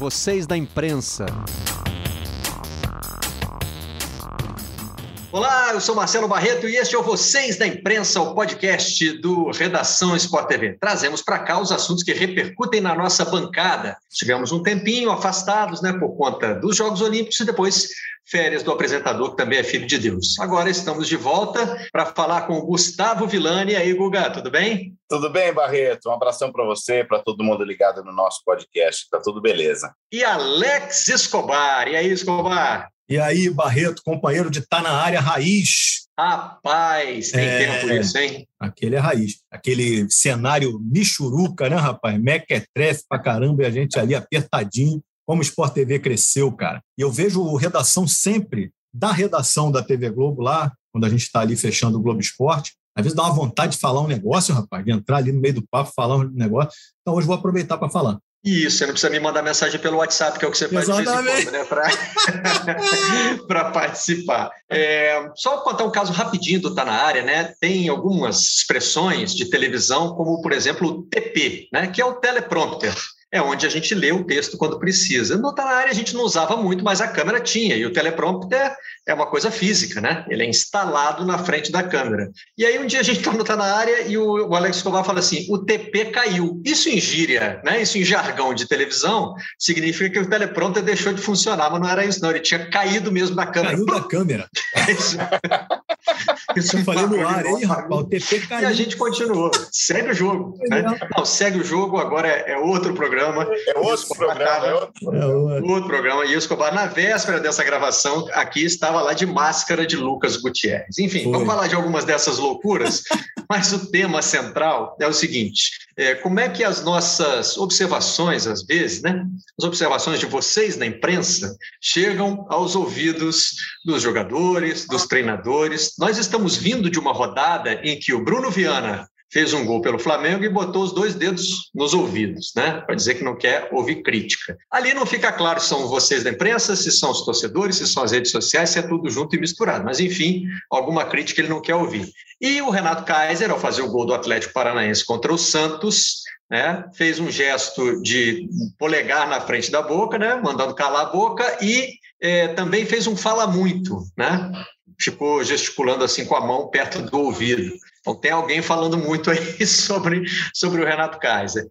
Vocês da Imprensa. Olá, eu sou Marcelo Barreto e este é o Vocês da Imprensa, o podcast do Redação Sport TV. Trazemos para cá os assuntos que repercutem na nossa bancada. Tivemos um tempinho afastados, por conta dos Jogos Olímpicos e depois férias do apresentador, que também é filho de Deus. Agora estamos de volta para falar com o Gustavo Villani. E aí, Guga, tudo bem? Tudo bem, Barreto? Um abração para você, para todo mundo ligado no nosso podcast. Tá tudo beleza. E Alex Escobar. E aí, Escobar? E aí, Barreto, companheiro de Tá na Área Raiz. Rapaz, tem tempo isso, hein? Aquele é raiz. Aquele cenário michuruca, né, rapaz? Mequetrefe pra caramba e a gente ali apertadinho. Como o Sport TV cresceu, cara. E eu vejo redação sempre da redação da TV Globo lá, quando a gente está ali fechando o Globo Esporte. Às vezes dá uma vontade de falar um negócio, rapaz, de entrar ali no meio do papo, falar um negócio. Então hoje vou aproveitar para falar. Isso, você não precisa me mandar mensagem pelo WhatsApp, que é o que você faz de vez em quando, né? Para participar. Só contar um caso rapidinho do Tá na Área, né? Tem algumas expressões de televisão, como, por exemplo, o TP, né? Que é o teleprompter. É onde a gente lê o texto quando precisa. No Tá na Área a gente não usava muito, mas a câmera tinha. E o teleprompter é uma coisa física, né? Ele é instalado na frente da câmera. E aí um dia a gente está no Tá na Área e o Alex Escobar fala assim, o TP caiu. Isso em gíria, né? Isso em jargão de televisão, significa que o teleprompter deixou de funcionar, mas não era isso não. Ele tinha caído mesmo da câmera. Caiu da câmera. Isso eu falei no ar, hein, rapaz? O TP caiu. E a gente continuou. Segue o jogo. Né? Não, segue o jogo, agora é outro programa. É outro programa. Outro programa. E o Escobar, na véspera dessa gravação, aqui estava lá de máscara de Lucas Gutierrez. Enfim, vamos falar de algumas dessas loucuras, mas o tema central é o seguinte, como é que as nossas observações, às vezes, né, as observações de vocês na imprensa, chegam aos ouvidos dos jogadores, dos treinadores. Nós estamos vindo de uma rodada em que o Bruno Viana fez um gol pelo Flamengo e botou os dois dedos nos ouvidos, né? Para dizer que não quer ouvir crítica. Ali não fica claro se são vocês da imprensa, se são os torcedores, se são as redes sociais, se é tudo junto e misturado. Mas, enfim, alguma crítica ele não quer ouvir. E o Renato Kaiser, ao fazer o gol do Atlético Paranaense contra o Santos, né, fez um gesto de polegar na frente da boca, né, mandando calar a boca, e também fez um fala muito, né? Ficou gesticulando assim com a mão perto do ouvido. Então tem alguém falando muito aí sobre o Renato Kaiser.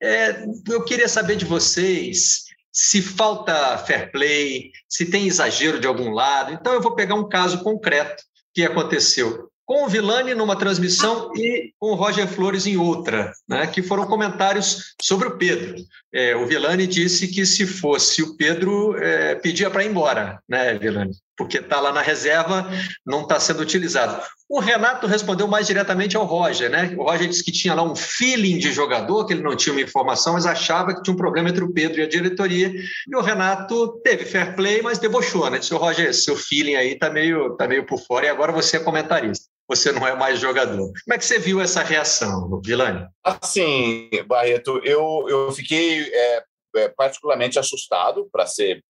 Eu queria saber de vocês se falta fair play, se tem exagero de algum lado. Então eu vou pegar um caso concreto que aconteceu com o Villani numa transmissão e com o Roger Flores em outra, né, que foram comentários sobre o Pedro. O Villani disse que se fosse o Pedro, pedia para ir embora, né, Villani? Porque está lá na reserva, não está sendo utilizado. O Renato respondeu mais diretamente ao Roger, né? O Roger disse que tinha lá um feeling de jogador, que ele não tinha uma informação, mas achava que tinha um problema entre o Pedro e a diretoria. E o Renato teve fair play, mas debochou, né? Disse, Roger, seu feeling aí tá meio por fora e agora você é comentarista. Você não é mais jogador. Como é que você viu essa reação, Villani? Assim, Barreto, eu fiquei particularmente assustado, para ser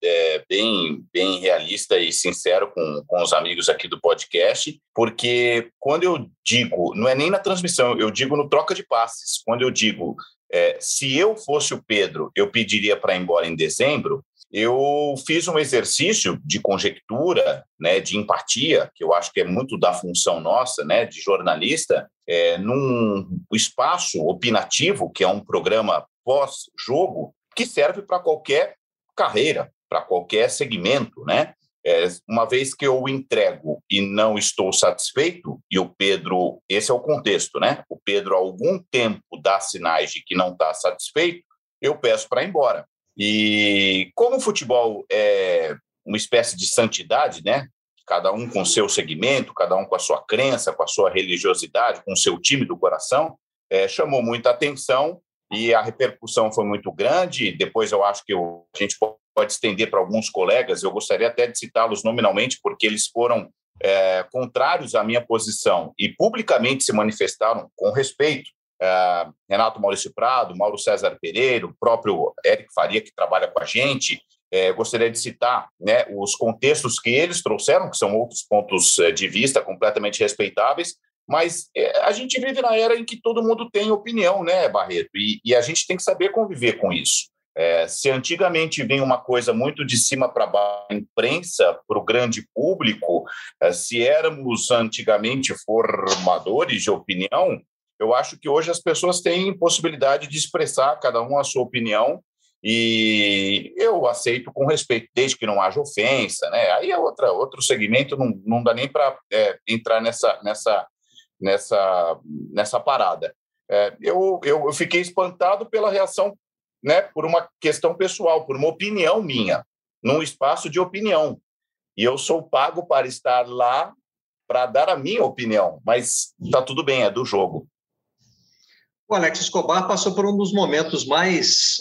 bem realista e sincero com os amigos aqui do podcast, porque quando eu digo, não é nem na transmissão, eu digo no troca de passes, quando eu digo, se eu fosse o Pedro, eu pediria para ir embora em dezembro, eu fiz um exercício de conjectura, né, de empatia, que eu acho que é muito da função nossa, né, de jornalista, num espaço opinativo, que é um programa pós-jogo, que serve para qualquer carreira, para qualquer segmento, né? Uma vez que eu entrego e não estou satisfeito, e o Pedro, esse é o contexto, né? O Pedro, há algum tempo, dá sinais de que não está satisfeito, eu peço para ir embora. E como o futebol é uma espécie de santidade, né? Cada um com seu segmento, cada um com a sua crença, com a sua religiosidade, com o seu time do coração, chamou muita atenção e a repercussão foi muito grande. Depois eu acho que a gente pode estender para alguns colegas, eu gostaria até de citá-los nominalmente, porque eles foram contrários à minha posição e publicamente se manifestaram com respeito. Renato Maurício Prado, Mauro César Pereira, o próprio Éric Faria, que trabalha com a gente. Gostaria de citar, né, os contextos que eles trouxeram, que são outros pontos de vista completamente respeitáveis, mas a gente vive na era em que todo mundo tem opinião, né, Barreto? E a gente tem que saber conviver com isso. Se antigamente vem uma coisa muito de cima para baixo, a imprensa, para o grande público, se éramos antigamente formadores de opinião, eu acho que hoje as pessoas têm possibilidade de expressar cada um a sua opinião, e eu aceito com respeito, desde que não haja ofensa, né? Aí é outro segmento, não dá nem para entrar nessa parada. Eu fiquei espantado pela reação, né, por uma questão pessoal, por uma opinião minha, num espaço de opinião. E eu sou pago para estar lá para dar a minha opinião, mas está tudo bem, é do jogo. O Alex Escobar passou por um dos momentos mais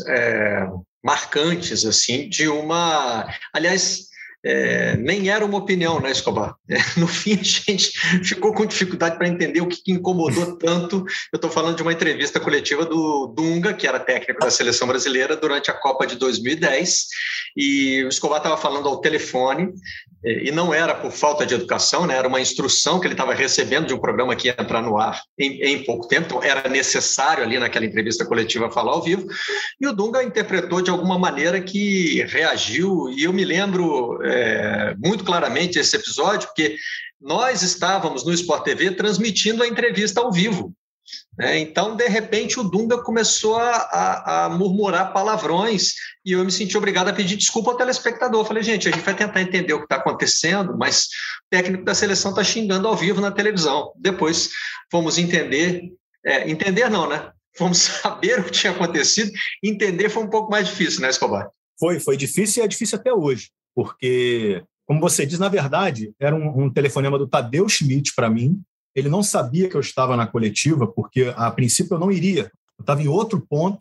marcantes, assim, de uma... Aliás, nem era uma opinião, né, Escobar? No fim, a gente ficou com dificuldade para entender o que incomodou tanto. Eu estou falando de uma entrevista coletiva do Dunga, que era técnico da seleção brasileira, durante a Copa de 2010, e o Escobar estava falando ao telefone, e não era por falta de educação, né? Era uma instrução que ele estava recebendo de um programa que ia entrar no ar em pouco tempo, então era necessário ali naquela entrevista coletiva falar ao vivo, e o Dunga interpretou de alguma maneira que reagiu, e eu me lembro muito claramente esse episódio, porque nós estávamos no Sport TV transmitindo a entrevista ao vivo. Então, de repente, o Dunga começou a murmurar palavrões e eu me senti obrigado a pedir desculpa ao telespectador. Eu falei, gente, a gente vai tentar entender o que está acontecendo, mas o técnico da seleção está xingando ao vivo na televisão. Depois fomos entender não, né? Fomos saber o que tinha acontecido. Entender foi um pouco mais difícil, né, Escobar? Foi difícil e é difícil até hoje, porque, como você diz, na verdade, era um telefonema do Tadeu Schmidt para mim. Ele não sabia que eu estava na coletiva, porque, a princípio, eu não iria. Eu estava em outro ponto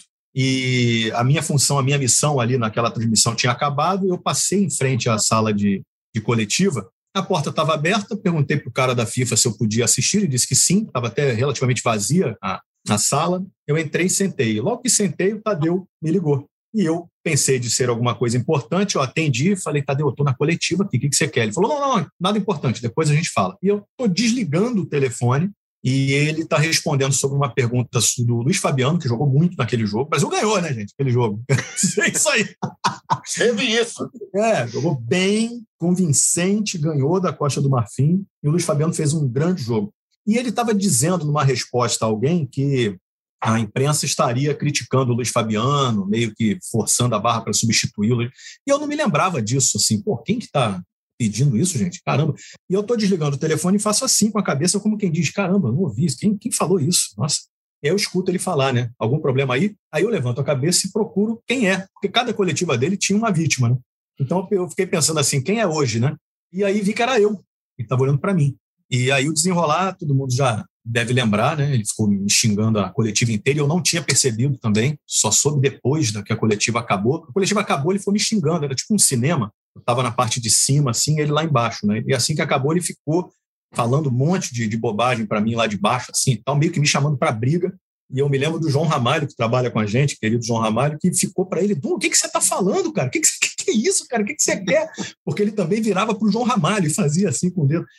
e a minha função, a minha missão ali naquela transmissão tinha acabado e eu passei em frente à sala de coletiva. A porta estava aberta, perguntei para o cara da FIFA se eu podia assistir, ele disse que sim, estava até relativamente vazia a sala. Eu entrei e sentei. Logo que sentei, o Tadeu me ligou. E eu pensei de ser alguma coisa importante, eu atendi, falei, Tadeu, eu estou na coletiva aqui, o que você quer? Ele falou, não, nada importante, depois a gente fala. E eu estou desligando o telefone e ele está respondendo sobre uma pergunta do Luiz Fabiano, que jogou muito naquele jogo. O Brasil ganhou, né, gente, aquele jogo. É isso aí. Teve isso. Jogou bem, convincente, ganhou da Costa do Marfim e o Luiz Fabiano fez um grande jogo. E ele estava dizendo numa resposta a alguém que a imprensa estaria criticando o Luiz Fabiano, meio que forçando a barra para substituí-lo. E eu não me lembrava disso, assim, quem que está pedindo isso, gente? Caramba. E eu estou desligando o telefone e faço assim com a cabeça, como quem diz, caramba, eu não ouvi isso. Quem falou isso? Nossa. E aí eu escuto ele falar, né? Algum problema aí? Aí eu levanto a cabeça e procuro quem é, porque cada coletiva dele tinha uma vítima, né? Então eu fiquei pensando assim, quem é hoje, né? E aí vi que era eu, ele estava olhando para mim. E aí o desenrolar, todo mundo já deve lembrar, né? Ele ficou me xingando a coletiva inteira e eu não tinha percebido também, só soube depois que a coletiva acabou. A coletiva acabou, ele foi me xingando, era tipo um cinema. Eu estava na parte de cima, assim, ele lá embaixo, né? E assim que acabou, ele ficou falando um monte de bobagem para mim lá de baixo, assim, e tal, meio que me chamando para briga. E eu me lembro do João Ramalho, que trabalha com a gente, querido João Ramalho, que ficou para ele, o que você está falando, cara? O que é isso, cara? O que você quer? Porque ele também virava para o João Ramalho e fazia assim com o dedo.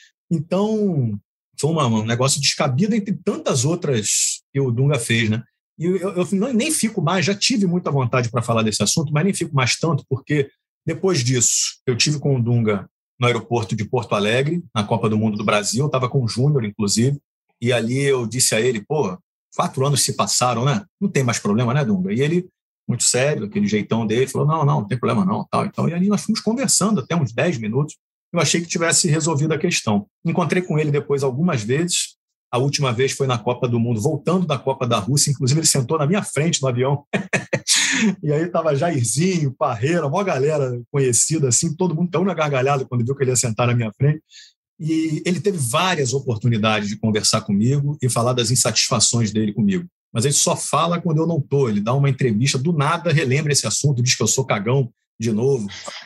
Então, foi um negócio descabido entre tantas outras que o Dunga fez, né? E eu nem fico mais, já tive muita vontade para falar desse assunto, mas nem fico mais tanto, porque depois disso, eu tive com o Dunga no aeroporto de Porto Alegre, na Copa do Mundo do Brasil, eu estava com o Júnior, inclusive, e ali eu disse a ele, 4 anos se passaram, né? Não tem mais problema, né, Dunga? E ele, muito sério, aquele jeitão dele, falou, não tem problema não, tal e tal. E ali nós fomos conversando até uns 10 minutos, eu achei que tivesse resolvido a questão. Encontrei com ele depois algumas vezes. A última vez foi na Copa do Mundo, voltando da Copa da Rússia. Inclusive, ele sentou na minha frente no avião. E aí estava Jairzinho, Parreira, uma galera conhecida, assim, todo mundo tão na gargalhada quando viu que ele ia sentar na minha frente. E ele teve várias oportunidades de conversar comigo e falar das insatisfações dele comigo. Mas ele só fala quando eu não estou. Ele dá uma entrevista, do nada relembra esse assunto, diz que eu sou cagão, de novo.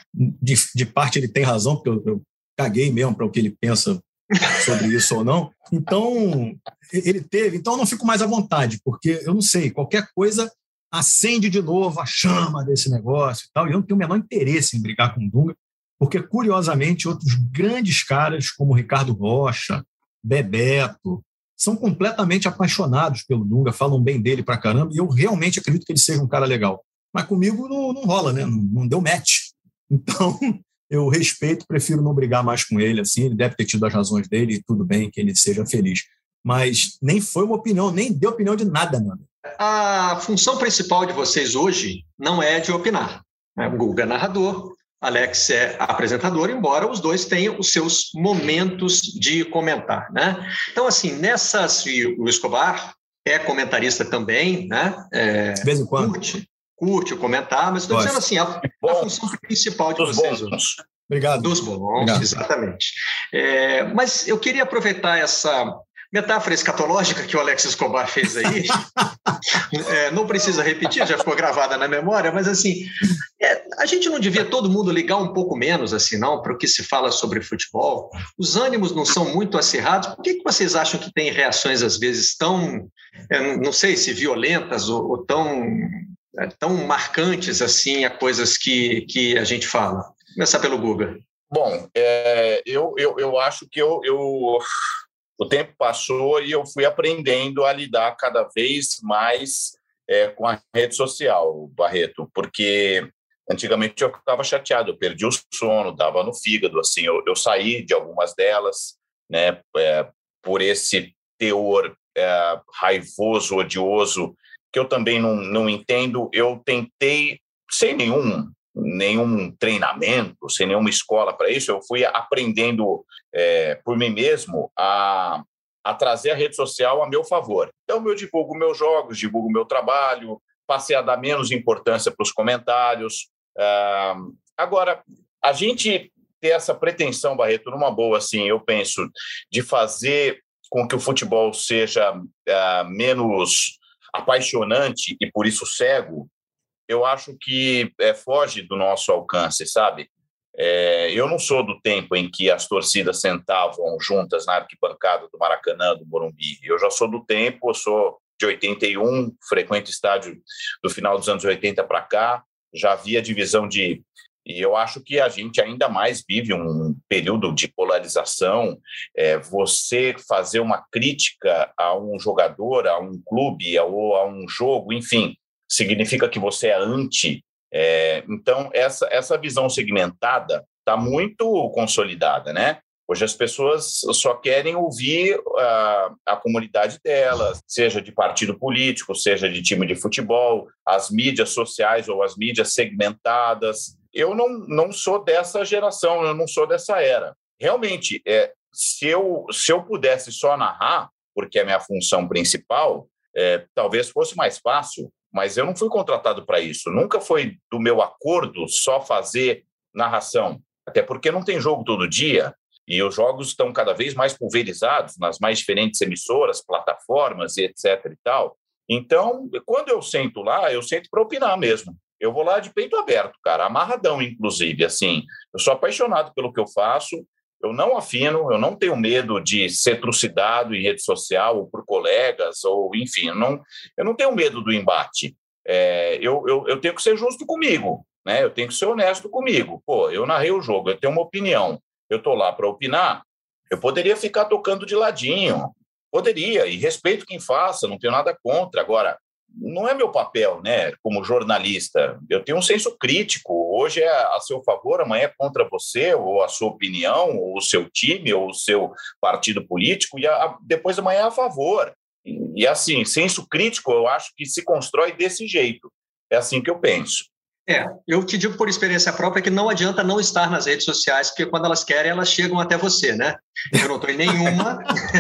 De parte ele tem razão, porque eu caguei mesmo para o que ele pensa sobre isso ou não. Então, ele teve. Então, eu não fico mais à vontade, porque eu não sei, qualquer coisa acende de novo a chama desse negócio e tal. E eu não tenho o menor interesse em brigar com o Dunga, porque, curiosamente, outros grandes caras, como Ricardo Rocha, Bebeto, são completamente apaixonados pelo Dunga, falam bem dele pra caramba, e eu realmente acredito que ele seja um cara legal. Mas comigo não rola, né? Não deu match. Então, eu respeito, prefiro não brigar mais com ele, assim, ele deve ter tido as razões dele e tudo bem que ele seja feliz. Mas nem foi uma opinião, nem deu opinião de nada, mano. A função principal de vocês hoje não é de opinar. O Guga é narrador, Alex é apresentador, embora os dois tenham os seus momentos de comentar, né? Então, assim, o Escobar é comentarista também, né? De vez em quando. Curte o comentar, mas estou dizendo assim, a função principal de vocês hoje. Obrigado. Dos bons, Obrigado. Exatamente. Mas eu queria aproveitar essa metáfora escatológica que o Alex Escobar fez aí. Não precisa repetir, já ficou gravada na memória, mas assim, a gente não devia todo mundo ligar um pouco menos assim, não, para o que se fala sobre futebol? Os ânimos não são muito acirrados. Por que vocês acham que tem reações, às vezes, tão, não sei se violentas ou tão marcantes assim a coisas que a gente fala? Vou começar pelo Guga. Bom, eu acho que o tempo passou e eu fui aprendendo a lidar cada vez mais com a rede social, Barreto, porque antigamente eu ficava chateado, eu perdi o sono, dava no fígado, assim, eu saí de algumas delas, né, por esse teor raivoso, odioso, que eu também não entendo. Eu tentei, sem nenhum treinamento, sem nenhuma escola para isso, eu fui aprendendo por mim mesmo a trazer a rede social a meu favor. Então, eu divulgo meus jogos, divulgo meu trabalho, passei a dar menos importância para os comentários. Agora, a gente ter essa pretensão, Barreto, numa boa, assim, eu penso, de fazer com que o futebol seja menos apaixonante e, por isso, cego, eu acho que foge do nosso alcance, sabe? Eu não sou do tempo em que as torcidas sentavam juntas na arquibancada do Maracanã, do Morumbi. Eu já sou do tempo, eu sou de 81, frequento estádio do final dos anos 80 para cá, já havia divisão de... E eu acho que a gente ainda mais vive um período de polarização. Você fazer uma crítica a um jogador, a um clube ou a um jogo, enfim, significa que você é anti. Então, essa visão segmentada está muito consolidada, né? Hoje as pessoas só querem ouvir a comunidade delas, seja de partido político, seja de time de futebol, as mídias sociais ou as mídias segmentadas. Eu não sou dessa geração, eu não sou dessa era. Realmente, se eu pudesse só narrar, porque é a minha função principal, talvez fosse mais fácil, mas eu não fui contratado para isso. Nunca foi do meu acordo só fazer narração, até porque não tem jogo todo dia e os jogos estão cada vez mais pulverizados nas mais diferentes emissoras, plataformas e etc. e tal. Então, quando eu sento lá, eu sento para opinar mesmo. Eu vou lá de peito aberto, cara, amarradão, inclusive, assim. Eu sou apaixonado pelo que eu faço, eu não afino, eu não tenho medo de ser trucidado em rede social ou por colegas, ou enfim, eu não tenho medo do embate. Eu tenho que ser justo comigo, né? Eu tenho que ser honesto comigo. Pô, eu narrei o jogo, eu tenho uma opinião, eu estou lá para opinar, eu poderia ficar tocando de ladinho, poderia, e respeito quem faça, não tenho nada contra. Agora, não é meu papel, né, como jornalista. Eu tenho um senso crítico. Hoje é a seu favor, amanhã é contra você, ou a sua opinião, ou o seu time, ou o seu partido político, e depois amanhã é a favor. E assim, senso crítico eu acho que se constrói desse jeito. É assim que eu penso. Eu te digo por experiência própria que não adianta não estar nas redes sociais, porque quando elas querem, elas chegam até você, né? Eu não estou em nenhuma,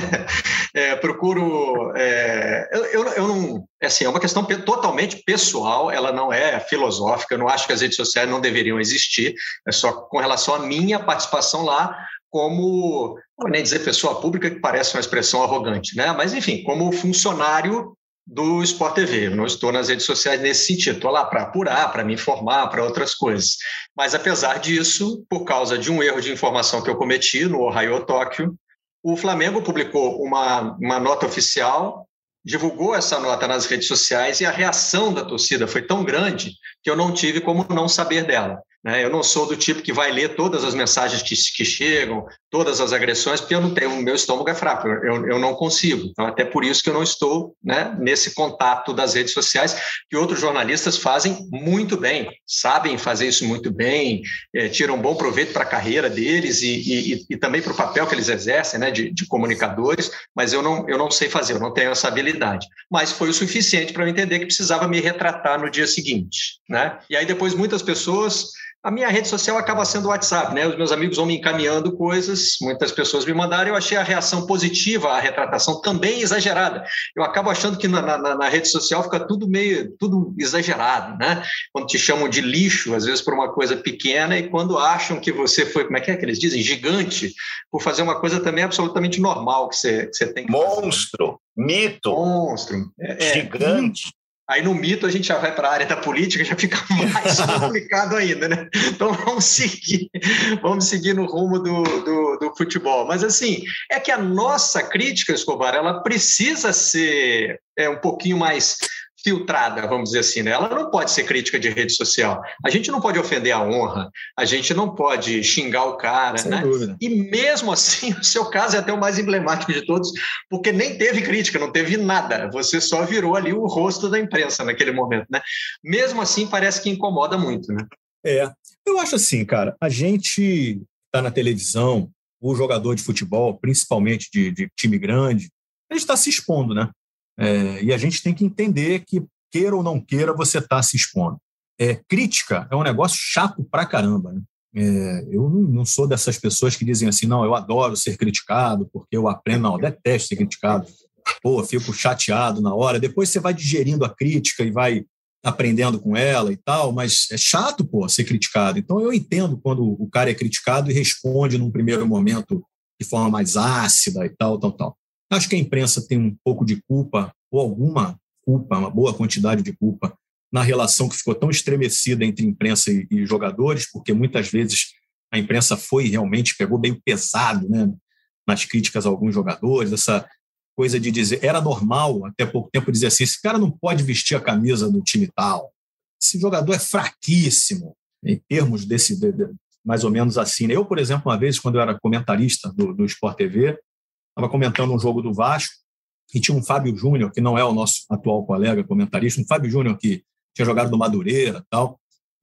procuro... eu não... Assim, é uma questão totalmente pessoal, ela não é filosófica, eu não acho que as redes sociais não deveriam existir, é só com relação à minha participação lá, como, não vou nem dizer pessoa pública, que parece uma expressão arrogante, né? Mas, enfim, como funcionário do Sport TV. Eu não estou nas redes sociais nesse sentido. Estou lá para apurar, para me informar, para outras coisas. Mas, apesar disso, por causa de um erro de informação que eu cometi no Ohio Tóquio, o Flamengo publicou uma nota oficial, divulgou essa nota nas redes sociais e a reação da torcida foi tão grande que eu não tive como não saber dela. né? Eu não sou do tipo que vai ler todas as mensagens que chegam, todas as agressões, porque eu não tenho, o meu estômago é fraco, eu não consigo. Então, até por isso que eu não estou, né, nesse contato das redes sociais, que outros jornalistas fazem muito bem, sabem fazer isso muito bem, tiram bom proveito para a carreira deles e também para o papel que eles exercem, né, de comunicadores, mas eu não sei fazer, eu não tenho essa habilidade. Mas foi o suficiente para eu entender que precisava me retratar no dia seguinte, né? E aí depois muitas pessoas... A minha rede social acaba sendo o WhatsApp, né? Os meus amigos vão me encaminhando coisas, muitas pessoas me mandaram, eu achei a reação positiva, a retratação também exagerada. Eu acabo achando que na rede social fica tudo exagerado, né? Quando te chamam de lixo, às vezes por uma coisa pequena, e quando acham que você foi, como é que eles dizem? Gigante, por fazer uma coisa também absolutamente normal que você tem que Monstro, fazer. Mito. Monstro. Gigante. Aí no mito a gente já vai para a área da política, já fica mais complicado ainda, né? Então vamos seguir no rumo do futebol. Mas assim, é que a nossa crítica, Escobar, ela precisa ser um pouquinho mais filtrada, vamos dizer assim, né? Ela não pode ser crítica de rede social. A gente não pode ofender a honra, a gente não pode xingar o cara, sem né? dúvida. E mesmo assim, o seu caso é até o mais emblemático de todos, porque nem teve crítica, não teve nada. Você só virou ali o rosto da imprensa naquele momento, né? Mesmo assim, parece que incomoda muito, né? Eu acho assim, cara, a gente está na televisão, o jogador de futebol, principalmente de time grande, a gente está se expondo, né? E a gente tem que entender que, queira ou não queira, você está se expondo. Crítica é um negócio chato pra caramba, né? Eu não sou dessas pessoas que dizem assim, não, eu adoro ser criticado, porque eu aprendo, não, eu detesto ser criticado. Pô, fico chateado na hora. Depois você vai digerindo a crítica e vai aprendendo com ela e tal, mas é chato, pô, ser criticado. Então eu entendo quando o cara é criticado e responde num primeiro momento de forma mais ácida e tal. Acho que a imprensa tem um pouco de culpa, ou alguma culpa, uma boa quantidade de culpa, na relação que ficou tão estremecida entre imprensa e jogadores, porque muitas vezes a imprensa pegou meio pesado, né, nas críticas a alguns jogadores, essa coisa de dizer, era normal até pouco tempo dizer assim, esse cara não pode vestir a camisa do time tal, esse jogador é fraquíssimo, em termos mais ou menos assim. Eu, por exemplo, uma vez, quando eu era comentarista do Sport TV, estava comentando um jogo do Vasco e tinha um Fábio Júnior, que não é o nosso atual colega comentarista, um Fábio Júnior que tinha jogado no Madureira e tal,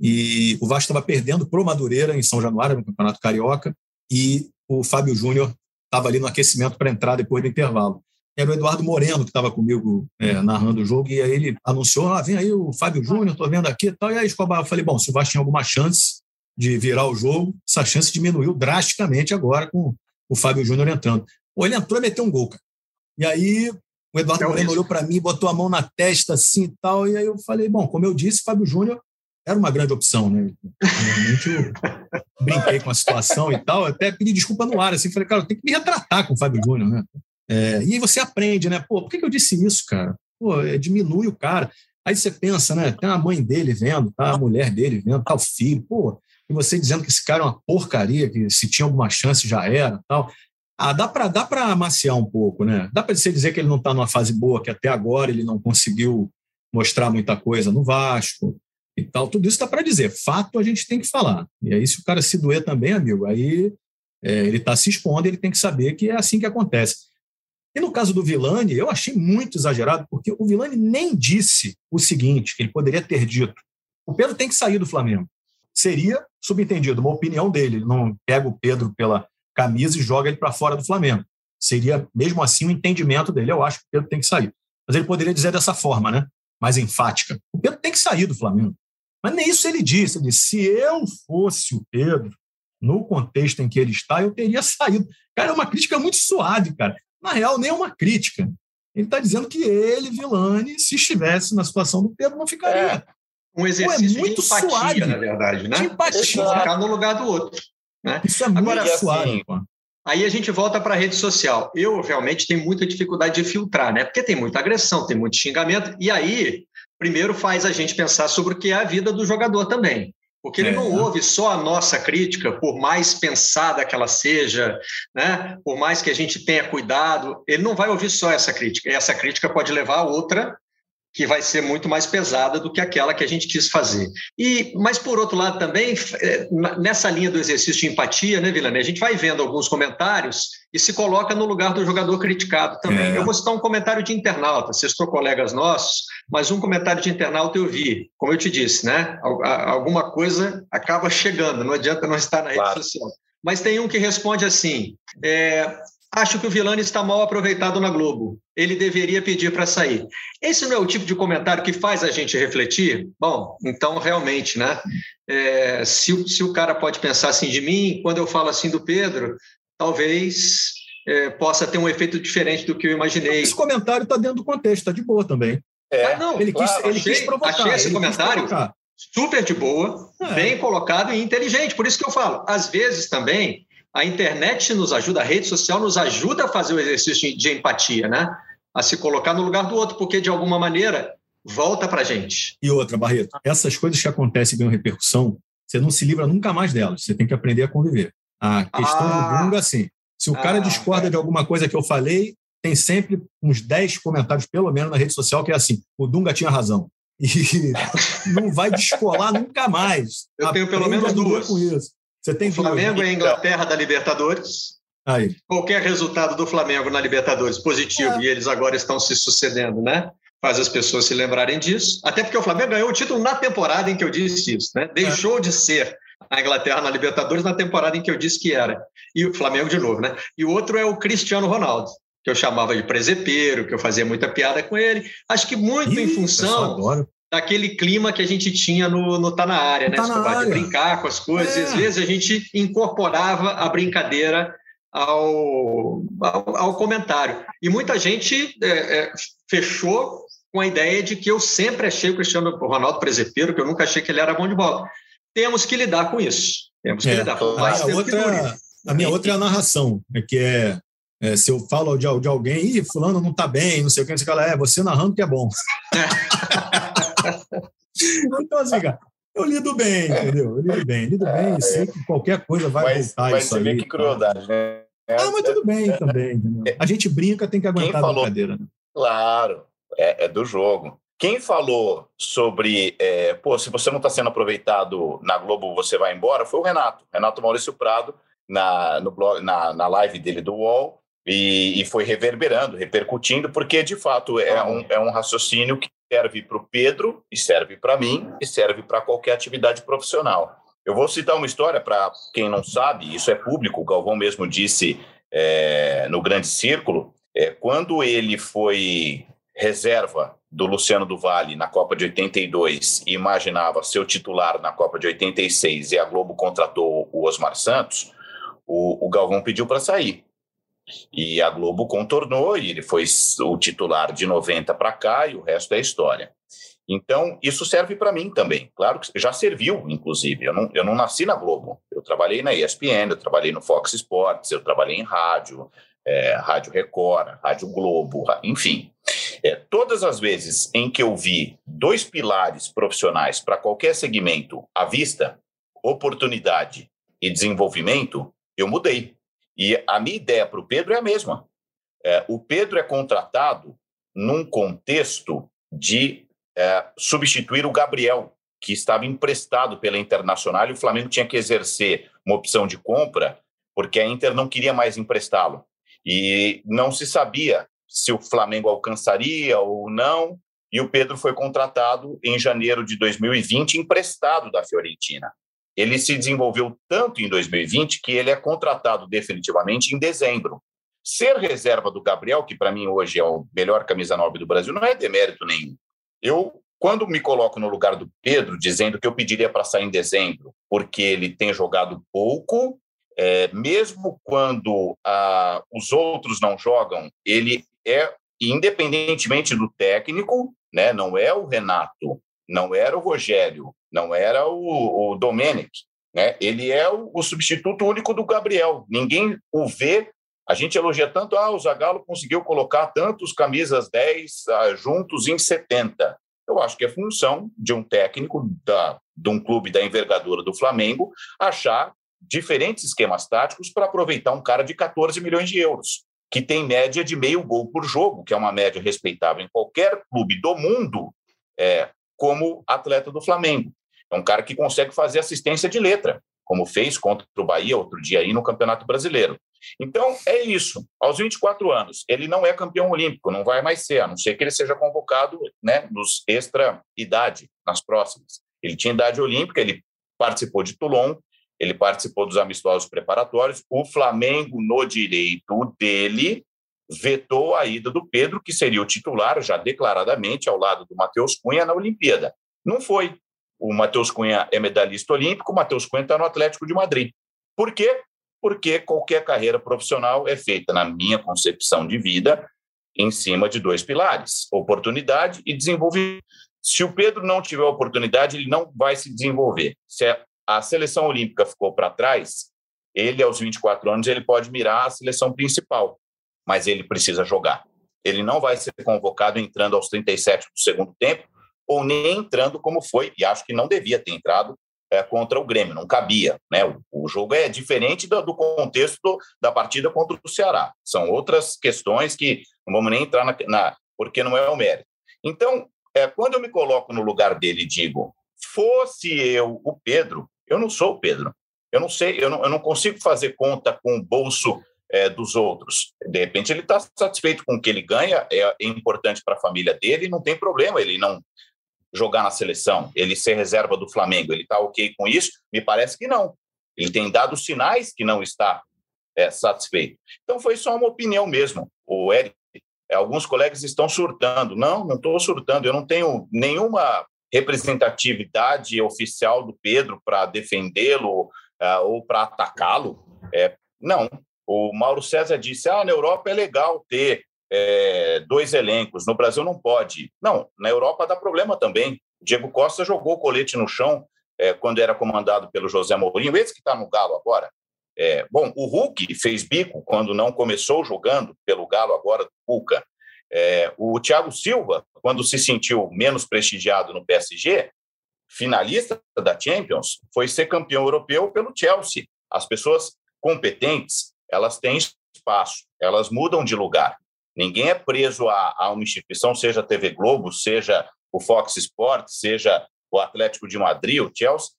e o Vasco estava perdendo para o Madureira em São Januário, no Campeonato Carioca, e o Fábio Júnior estava ali no aquecimento para entrar depois do intervalo. Era o Eduardo Moreno que estava comigo narrando o jogo, e aí ele anunciou, vem aí o Fábio Júnior, estou vendo aqui e tal, e aí Escobar, eu falei, bom, se o Vasco tinha alguma chance de virar o jogo, essa chance diminuiu drasticamente agora com o Fábio Júnior entrando. Ele entrou e meteu um gol, cara. E aí o Eduardo Moreno olhou para mim, botou a mão na testa assim e tal, e aí eu falei, bom, como eu disse, Fábio Júnior era uma grande opção, né? Realmente eu brinquei com a situação e tal, até pedi desculpa no ar, assim, falei, cara, eu tenho que me retratar com o Fábio Júnior, né? E aí você aprende, né? Pô, por que eu disse isso, cara? Pô, diminui o cara. Aí você pensa, né? Tem a mãe dele vendo, tá a mulher dele vendo, tá o filho, pô, e você dizendo que esse cara é uma porcaria, que se tinha alguma chance já era, tal. Dá para amaciar um pouco, né? Dá para você dizer que ele não está numa fase boa, que até agora ele não conseguiu mostrar muita coisa no Vasco e tal. Tudo isso dá para dizer. Fato a gente tem que falar. E aí, se o cara se doer também, amigo, aí ele está se expondo, ele tem que saber que é assim que acontece. E no caso do Villani, eu achei muito exagerado, porque o Villani nem disse o seguinte, que ele poderia ter dito. O Pedro tem que sair do Flamengo. Seria, subentendido, uma opinião dele. Ele não pega o Pedro pela camisa e joga ele para fora do Flamengo. Seria, mesmo assim, um entendimento dele. Eu acho que o Pedro tem que sair. Mas ele poderia dizer dessa forma, né? Mais enfática. O Pedro tem que sair do Flamengo. Mas nem isso ele disse. Ele disse, se eu fosse o Pedro, no contexto em que ele está, eu teria saído. Cara, é uma crítica muito suave, cara. Na real, nem é uma crítica. Ele está dizendo que ele, Villani, se estivesse na situação do Pedro, não ficaria. Um exercício muito de empatia, suave, na verdade, né? De empatia. Ficar no lugar do outro. Né? Isso é muito Agora, suave. assim, aí a gente volta para a rede social. Eu realmente tenho muita dificuldade de filtrar, né? Porque tem muita agressão, tem muito xingamento. E aí, primeiro faz a gente pensar sobre o que é a vida do jogador também. Porque ele não ouve só a nossa crítica, por mais pensada que ela seja, né? Por mais que a gente tenha cuidado, ele não vai ouvir só essa crítica. E essa crítica pode levar a outra que vai ser muito mais pesada do que aquela que a gente quis fazer. Mas, por outro lado, também, nessa linha do exercício de empatia, né, Vilani, a gente vai vendo alguns comentários e se coloca no lugar do jogador criticado também. Eu vou citar um comentário de internauta, vocês são colegas nossos, mas um comentário de internauta eu vi, como eu te disse, né? Alguma coisa acaba chegando, não adianta não estar na rede social. Mas tem um que responde assim: acho que o Vilani está mal aproveitado na Globo. Ele deveria pedir para sair. Esse não é o tipo de comentário que faz a gente refletir? Bom, então realmente, né? Se o cara pode pensar assim de mim, quando eu falo assim do Pedro, talvez possa ter um efeito diferente do que eu imaginei. Esse comentário está dentro do contexto, está de boa também. Não, ele quis provocar. Achei esse comentário super de boa, bem colocado e inteligente. Por isso que eu falo, às vezes também a internet nos ajuda, a rede social nos ajuda a fazer o exercício de empatia, né? A se colocar no lugar do outro, porque de alguma maneira volta para a gente. E outra, Barreto, essas coisas que acontecem e ganham repercussão, você não se livra nunca mais delas, você tem que aprender a conviver. A questão do Dunga, assim, se o cara discorda de alguma coisa que eu falei, tem sempre uns 10 comentários, pelo menos, na rede social, que é assim: o Dunga tinha razão. E não vai descolar nunca mais. Eu tenho pelo menos duas. Com isso. Você tem o Flamengo e a Inglaterra da Libertadores. Aí. Qualquer resultado do Flamengo na Libertadores positivo, e eles agora estão se sucedendo, né? Faz as pessoas se lembrarem disso. Até porque o Flamengo ganhou o título na temporada em que eu disse isso, né? Deixou de ser a Inglaterra na Libertadores na temporada em que eu disse que era. E o Flamengo de novo, né? E o outro é o Cristiano Ronaldo, que eu chamava de presepeiro, que eu fazia muita piada com ele. Acho que muito em função daquele clima que a gente tinha no Tá Na Área, né? De brincar com as coisas. E às vezes a gente incorporava a brincadeira ao comentário. E muita gente fechou com a ideia de que eu sempre achei o Cristiano Ronaldo presepeiro, que eu nunca achei que ele era bom de bola. Temos que lidar com isso. Temos que lidar com a minha outra é a narração, se eu falo de alguém, fulano não está bem, não sei o que, você narrando que é bom. Então, assim, cara, eu lido bem, entendeu? Eu lido bem e sei que qualquer coisa vai voltar mas isso aí. Mas você vê ali, que crueldade, né? Mas tudo bem também, entendeu? A gente brinca, tem que aguentar a brincadeira. Né? Claro, é do jogo. Quem falou sobre, se você não está sendo aproveitado na Globo, você vai embora, foi o Renato Maurício Prado, na live dele do UOL, e foi repercutindo, porque, de fato, é um raciocínio que serve para o Pedro, e serve para mim, e serve para qualquer atividade profissional. Eu vou citar uma história para quem não sabe, isso é público, o Galvão mesmo disse no Grande Círculo, quando ele foi reserva do Luciano do Vale na Copa de 82 e imaginava ser o titular na Copa de 86 e a Globo contratou o Osmar Santos, o Galvão pediu para sair. E a Globo contornou e ele foi o titular de 90 para cá e o resto é história. Então, isso serve para mim também. Claro que já serviu, inclusive. Eu não nasci na Globo. Eu trabalhei na ESPN, eu trabalhei no Fox Sports, eu trabalhei em rádio, Rádio Record, Rádio Globo, enfim. Todas as vezes em que eu vi 2 pilares profissionais para qualquer segmento à vista, oportunidade e desenvolvimento, eu mudei. E a minha ideia para o Pedro é a mesma. O Pedro é contratado num contexto de substituir o Gabriel, que estava emprestado pela Internacional e o Flamengo tinha que exercer uma opção de compra porque a Inter não queria mais emprestá-lo. E não se sabia se o Flamengo alcançaria ou não, e o Pedro foi contratado em janeiro de 2020, emprestado da Fiorentina. Ele se desenvolveu tanto em 2020 que ele é contratado definitivamente em dezembro. Ser reserva do Gabriel, que para mim hoje é o melhor camisa 9 do Brasil, não é demérito nenhum. Eu, quando me coloco no lugar do Pedro, dizendo que eu pediria para sair em dezembro, porque ele tem jogado pouco, mesmo quando os outros não jogam, ele independentemente do técnico, né, não é o Renato, não era o Rogério, não era o Domenech, né, ele é o substituto único do Gabriel. Ninguém o vê. A gente elogia tanto, o Zagallo conseguiu colocar tantos camisas 10 juntos em 70. Eu acho que é função de um técnico de um clube da envergadura do Flamengo achar diferentes esquemas táticos para aproveitar um cara de 14 milhões de euros. que tem média de meio gol por jogo, que é uma média respeitável em qualquer clube do mundo, como atleta do Flamengo. É um cara que consegue fazer assistência de letra, como fez contra o Bahia outro dia aí no Campeonato Brasileiro. Então, é isso. Aos 24 anos, ele não é campeão olímpico, não vai mais ser, a não ser que ele seja convocado, né, nos extra-idade, nas próximas. Ele tinha idade olímpica, ele participou de Toulon, ele participou dos amistosos preparatórios. O Flamengo, no direito dele, vetou a ida do Pedro, que seria o titular, já declaradamente, ao lado do Matheus Cunha na Olimpíada. Não foi. O Matheus Cunha é medalhista olímpico, o Matheus Cunha está no Atlético de Madrid. Por quê? Porque qualquer carreira profissional é feita, na minha concepção de vida, em cima de 2 pilares: oportunidade e desenvolvimento. Se o Pedro não tiver oportunidade, ele não vai se desenvolver. Se a seleção olímpica ficou para trás, ele, aos 24 anos, ele pode mirar a seleção principal, mas ele precisa jogar. Ele não vai ser convocado entrando aos 37 do segundo tempo, ou nem entrando como foi, e acho que não devia ter entrado, contra o Grêmio, não cabia, né? O jogo é diferente do contexto da partida contra o Ceará. São outras questões que não vamos nem entrar porque não é o mérito. Então, quando eu me coloco no lugar dele e digo, fosse eu o Pedro, eu não sou o Pedro. Eu não sei, eu não consigo fazer conta com o bolso dos outros. De repente, ele está satisfeito com o que ele ganha, é importante para a família dele, não tem problema ele não jogar na seleção, ele ser reserva do Flamengo, ele está ok com isso? Me parece que não. Ele tem dado sinais que não está satisfeito. Então, foi só uma opinião mesmo. O Eric, alguns colegas estão surtando. Não estou surtando, eu não tenho nenhuma representatividade oficial do Pedro para defendê-lo ou para atacá-lo. Não. O Mauro César disse, na Europa é legal ter 2 elencos, no Brasil não pode. Não, na Europa dá problema também. Diego Costa jogou o colete no chão quando era comandado pelo José Mourinho, esse que está no Galo agora. Bom, o Hulk fez bico quando não começou jogando pelo Galo agora do Cuca. O Thiago Silva, quando se sentiu menos prestigiado no PSG, finalista da Champions, foi ser campeão europeu pelo Chelsea. As pessoas competentes, elas têm espaço, elas mudam de lugar. Ninguém é preso a uma instituição, seja a TV Globo, seja o Fox Sports, seja o Atlético de Madrid, o Chelsea,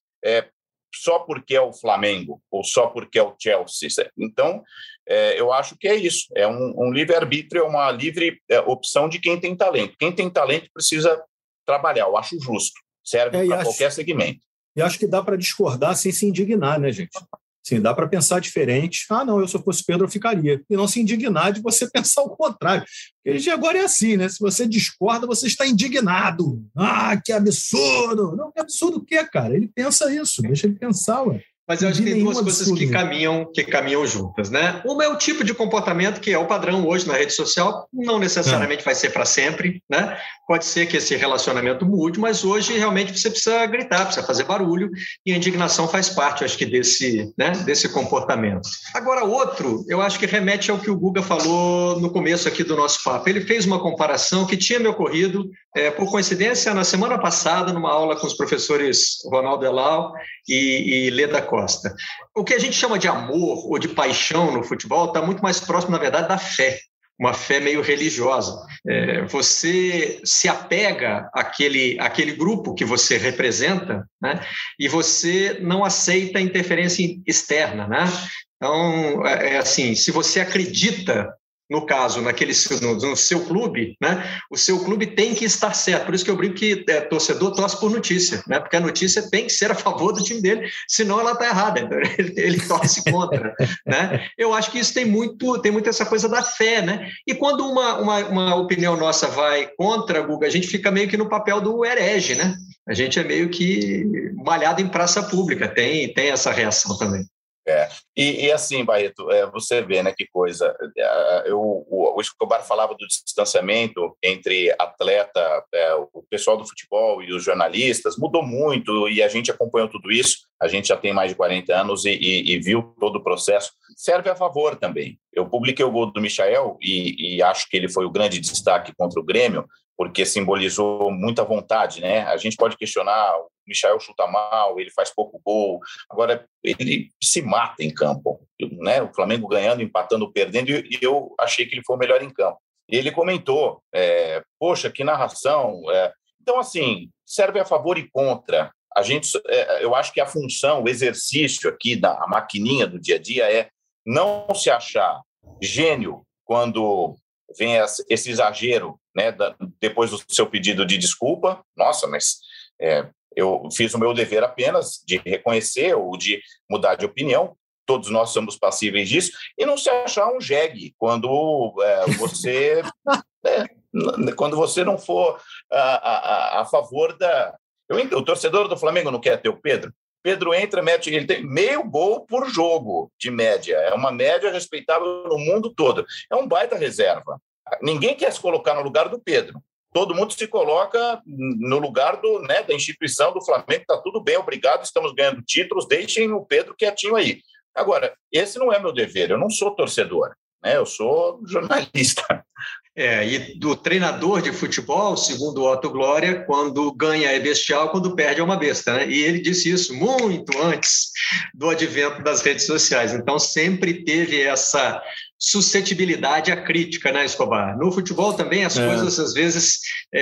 só porque é o Flamengo ou só porque é o Chelsea. Então, eu acho que é isso. É um livre-arbítrio, é uma livre opção de quem tem talento. Quem tem talento precisa trabalhar, eu acho justo. Serve para qualquer segmento. E acho que dá para discordar sem se indignar, né, gente? Sim, dá para pensar diferente. Não, eu se eu fosse Pedro, eu ficaria. E não se indignar de você pensar o contrário. Porque agora é assim, né? Se você discorda, você está indignado. Que absurdo! Não, que absurdo o quê, cara? Ele pensa isso, deixa ele pensar, ué. Mas eu acho que tem 2 coisas que caminham juntas, né? Uma é o tipo de comportamento que é o padrão hoje na rede social, não necessariamente vai ser para sempre, né? Pode ser que esse relacionamento mude, mas hoje realmente você precisa gritar, precisa fazer barulho, e a indignação faz parte, eu acho que, desse comportamento. Agora, outro, eu acho que remete ao que o Guga falou no começo aqui do nosso papo. Ele fez uma comparação que tinha me ocorrido, por coincidência, na semana passada, numa aula com os professores Ronaldo Elal e Leda Costa. O que a gente chama de amor ou de paixão no futebol está muito mais próximo, na verdade, da fé, uma fé meio religiosa. Você se apega àquele grupo que você representa, né? E você não aceita interferência externa, né? Então, assim, se você acredita, no caso, no seu clube, né? O seu clube tem que estar certo. Por isso que eu brinco que torcedor torce por notícia, né? Porque a notícia tem que ser a favor do time dele, senão ela está errada. Então ele torce contra, né? Eu acho que isso tem muito essa coisa da fé, né? E quando uma opinião nossa vai contra, Guga, a gente fica meio que no papel do herege, né? A gente é meio que malhado em praça pública, tem essa reação também. E assim, Barreto, você vê, né, que coisa. O Escobar falava do distanciamento entre atleta, o pessoal do futebol e os jornalistas, mudou muito e a gente acompanhou tudo isso. A gente já tem mais de 40 anos e viu todo o processo. Serve a favor também. Eu publiquei o gol do Michael e acho que ele foi o grande destaque contra o Grêmio, porque simbolizou muita vontade, né? A gente pode questionar o Michael chuta mal, ele faz pouco gol. Agora, ele se mata em campo, né? O Flamengo ganhando, empatando, perdendo, e eu achei que ele foi o melhor em campo. E ele comentou, poxa, que narração. Então, assim, serve a favor e contra. Eu acho que a função, o exercício aqui da maquininha do dia a dia é não se achar gênio quando vem esse exagero, né, depois do seu pedido de desculpa. Nossa, mas eu fiz o meu dever apenas de reconhecer ou de mudar de opinião. Todos nós somos passíveis disso. E não se achar um jegue quando você quando você não for a favor da... O torcedor do Flamengo não quer ter o Pedro. Pedro entra, mete, ele tem meio gol por jogo de média. É uma média respeitável no mundo todo. É um baita reserva. Ninguém quer se colocar no lugar do Pedro. Todo mundo se coloca no lugar da instituição do Flamengo. Está tudo bem, obrigado, estamos ganhando títulos, deixem o Pedro quietinho aí. Agora, esse não é meu dever, eu não sou torcedor, né? Eu sou jornalista. E do treinador de futebol, segundo o Otto Glória, quando ganha é bestial, quando perde é uma besta, né? E ele disse isso muito antes do advento das redes sociais. Então, sempre teve essa suscetibilidade à crítica, né, Escobar? No futebol também as coisas, às vezes,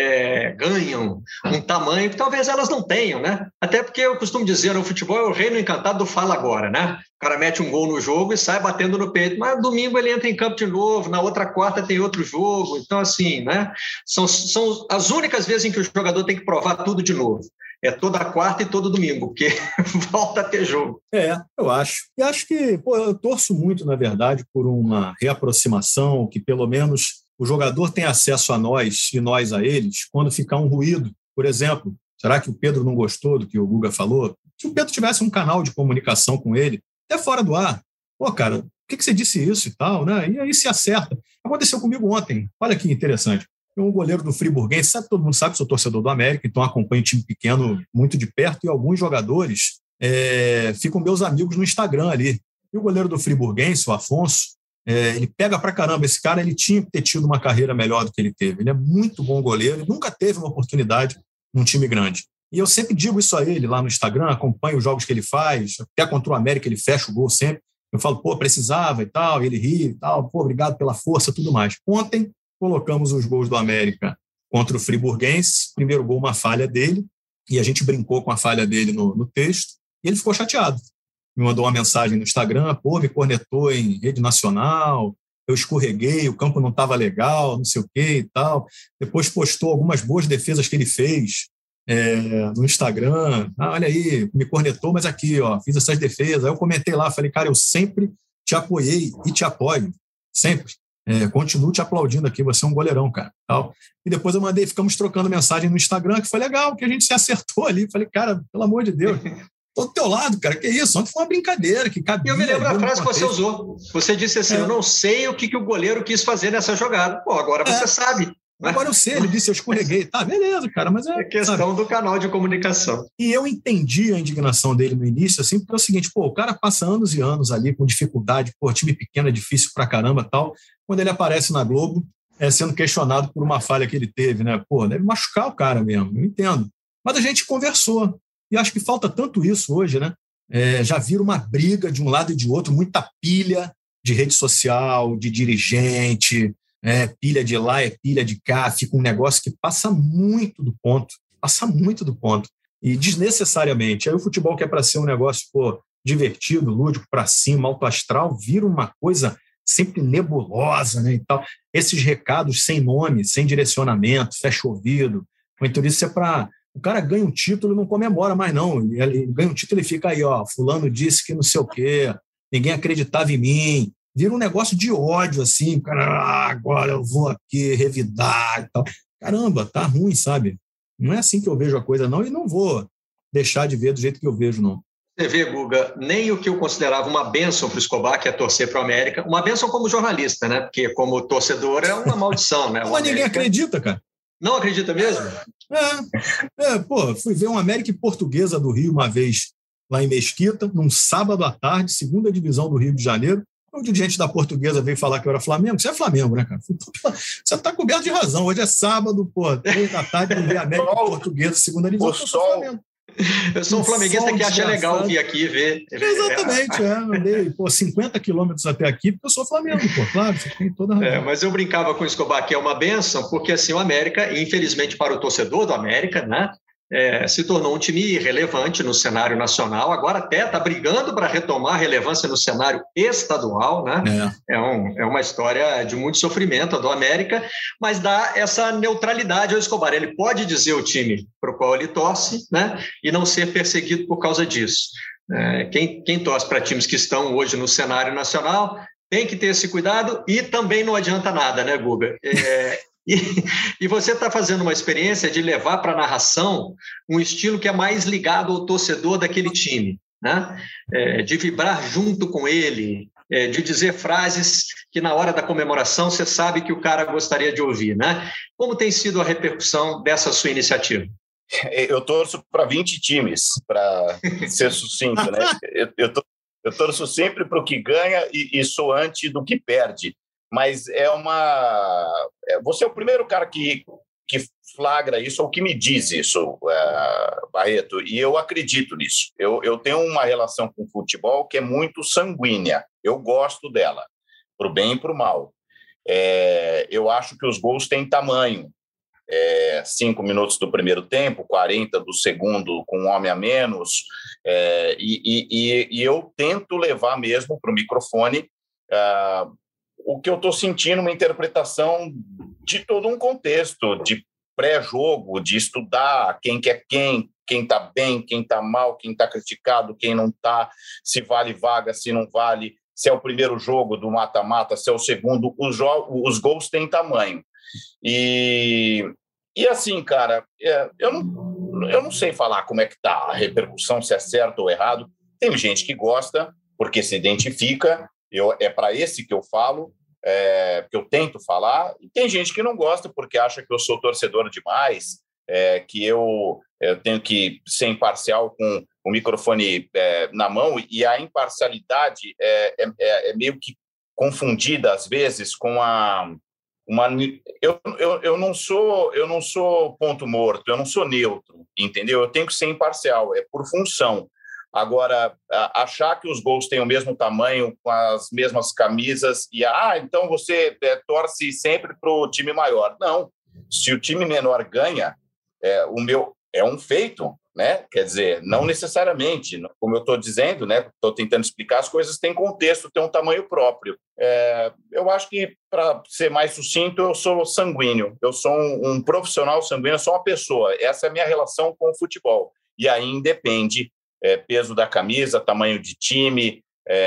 ganham um tamanho que talvez elas não tenham, né? Até porque eu costumo dizer, no futebol é o reino encantado do fala agora, né? O cara mete um gol no jogo e sai batendo no peito, mas domingo ele entra em campo de novo, na outra quarta tem outro jogo. Então, assim, né? São as únicas vezes em que o jogador tem que provar tudo de novo. É toda quarta e todo domingo, porque volta a ter jogo. Eu acho. E acho que, eu torço muito, na verdade, por uma reaproximação, que pelo menos o jogador tem acesso a nós e nós a eles, quando ficar um ruído. Por exemplo, será que o Pedro não gostou do que o Guga falou? Se o Pedro tivesse um canal de comunicação com ele, até fora do ar, cara, por que você disse isso e tal, né? E aí se acerta. Aconteceu comigo ontem. Olha que interessante. Um goleiro do Friburguense, todo mundo sabe que sou torcedor do América, então acompanho o time pequeno muito de perto, e alguns jogadores ficam meus amigos no Instagram ali. E o goleiro do Friburguense, o Afonso, ele pega pra caramba. Esse cara, ele tinha que ter tido uma carreira melhor do que ele teve. Ele é muito bom goleiro, ele nunca teve uma oportunidade num time grande. E eu sempre digo isso a ele lá no Instagram, acompanho os jogos que ele faz, até contra o América ele fecha o gol sempre. Eu falo, precisava e tal, e ele ri e tal, obrigado pela força e tudo mais. Ontem, colocamos os gols do América contra o Friburguense, primeiro gol, uma falha dele, e a gente brincou com a falha dele no texto, e ele ficou chateado. Me mandou uma mensagem no Instagram, me cornetou em rede nacional, eu escorreguei, o campo não estava legal, não sei o quê e tal. Depois postou algumas boas defesas que ele fez no Instagram. Olha aí, me cornetou, mas aqui, fiz essas defesas. Aí eu comentei lá, falei, cara, eu sempre te apoiei e te apoio, sempre. Continuo te aplaudindo aqui, você é um goleirão, cara. Tal. E depois eu ficamos trocando mensagem no Instagram, que foi legal, que a gente se acertou ali. Falei, cara, pelo amor de Deus, tô do teu lado, cara, que isso? Ontem foi uma brincadeira que cabia. Eu me lembro da frase que você usou. Você disse assim, eu não sei o que o goleiro quis fazer nessa jogada. Agora você sabe. Agora eu sei, ele disse, eu escorreguei. Tá, beleza, cara, mas é questão do canal de comunicação. E eu entendi a indignação dele no início, assim, porque é o seguinte, o cara passa anos e anos ali com dificuldade, time pequeno é difícil pra caramba, tal. Quando ele aparece na Globo, sendo questionado por uma falha que ele teve, né? Deve machucar o cara mesmo, eu entendo. Mas a gente conversou, e acho que falta tanto isso hoje, né? Já vira uma briga de um lado e de outro, muita pilha de rede social, de dirigente, pilha de lá, pilha de cá, fica um negócio que passa muito do ponto, e desnecessariamente. Aí o futebol, que é para ser um negócio divertido, lúdico, para cima, alto astral, vira uma coisa sempre nebulosa, né, e tal. Esses recados sem nome, sem direcionamento, fecha o ouvido. Então isso é para... O cara ganha um título e não comemora mais, não. Ele ganha um título e fica aí, fulano disse que não sei o quê, ninguém acreditava em mim. Vira um negócio de ódio, assim, cara, agora eu vou aqui revidar e tal. Caramba, tá ruim, sabe? Não é assim que eu vejo a coisa, não, e não vou deixar de ver do jeito que eu vejo, não. Você vê, Guga, nem o que eu considerava uma bênção para o Escobar, que é torcer para o América, uma bênção como jornalista, né? Porque como torcedor é uma maldição, né? Mas ninguém acredita, cara. Não acredita mesmo? Fui ver uma América e Portuguesa do Rio uma vez lá em Mesquita, num sábado à tarde, 2ª divisão do Rio de Janeiro. O dirigente da Portuguesa veio falar que eu era Flamengo. Você é Flamengo, né, cara? Você está coberto de razão. Hoje é sábado, 3 da tarde, eu vi a América e Portuguesa, 2ª divisão. Eu sou um flamenguista que acha legal vir aqui ver. Exatamente, andei 50 quilômetros até aqui, porque eu sou Flamengo, claro, você tem toda a razão. Mas eu brincava com o Escobar, que é uma bênção, porque assim, o América, infelizmente para o torcedor do América, né, se tornou um time irrelevante no cenário nacional, agora até está brigando para retomar a relevância no cenário estadual, né? É uma história de muito sofrimento a do América, mas dá essa neutralidade ao Escobar. Ele pode dizer o time para o qual ele torce, né? E não ser perseguido por causa disso. Quem torce para times que estão hoje no cenário nacional tem que ter esse cuidado e também não adianta nada, né, Guga? E você está fazendo uma experiência de levar para a narração um estilo que é mais ligado ao torcedor daquele time, né? De vibrar junto com ele, de dizer frases que na hora da comemoração você sabe que o cara gostaria de ouvir, né? Como tem sido a repercussão dessa sua iniciativa? Eu torço para 20 times, para ser sucinto, né? Eu torço sempre para o que ganha e sou anti do que perde. Mas você é o primeiro cara que flagra isso ou que me diz isso, Barreto, e eu acredito nisso. Eu tenho uma relação com o futebol que é muito sanguínea. Eu gosto dela, para o bem e para o mal. Eu acho que os gols têm tamanho. 5 minutos do primeiro tempo, 40 do segundo com um homem a menos, e eu tento levar mesmo para o microfone o que eu estou sentindo, uma interpretação de todo um contexto, de pré-jogo, de estudar quem quer quem está bem, quem está mal, quem está criticado, quem não está, se vale vaga, se não vale, se é o primeiro jogo do mata-mata, se é o segundo, os gols têm tamanho. E assim, cara, eu não sei falar como é que está a repercussão, se é certo ou errado. Tem gente que gosta, porque se identifica, é para esse que eu falo, que eu tento falar, e tem gente que não gosta porque acha que eu sou torcedor demais, que eu tenho que ser imparcial com o microfone na mão, e a imparcialidade é meio que confundida às vezes com eu não sou ponto morto, eu não sou neutro, entendeu? Eu tenho que ser imparcial, é por função. Agora, achar que os gols têm o mesmo tamanho, com as mesmas camisas, então você torce sempre para o time maior. Não, se o time menor ganha, o meu é um feito, né? Quer dizer, não necessariamente, como eu estou dizendo, né? Estou tentando explicar, as coisas têm contexto, têm um tamanho próprio. Eu acho que, para ser mais sucinto, eu sou sanguíneo, eu sou um profissional sanguíneo, eu sou uma pessoa. Essa é a minha relação com o futebol. E aí independe peso da camisa, tamanho de time,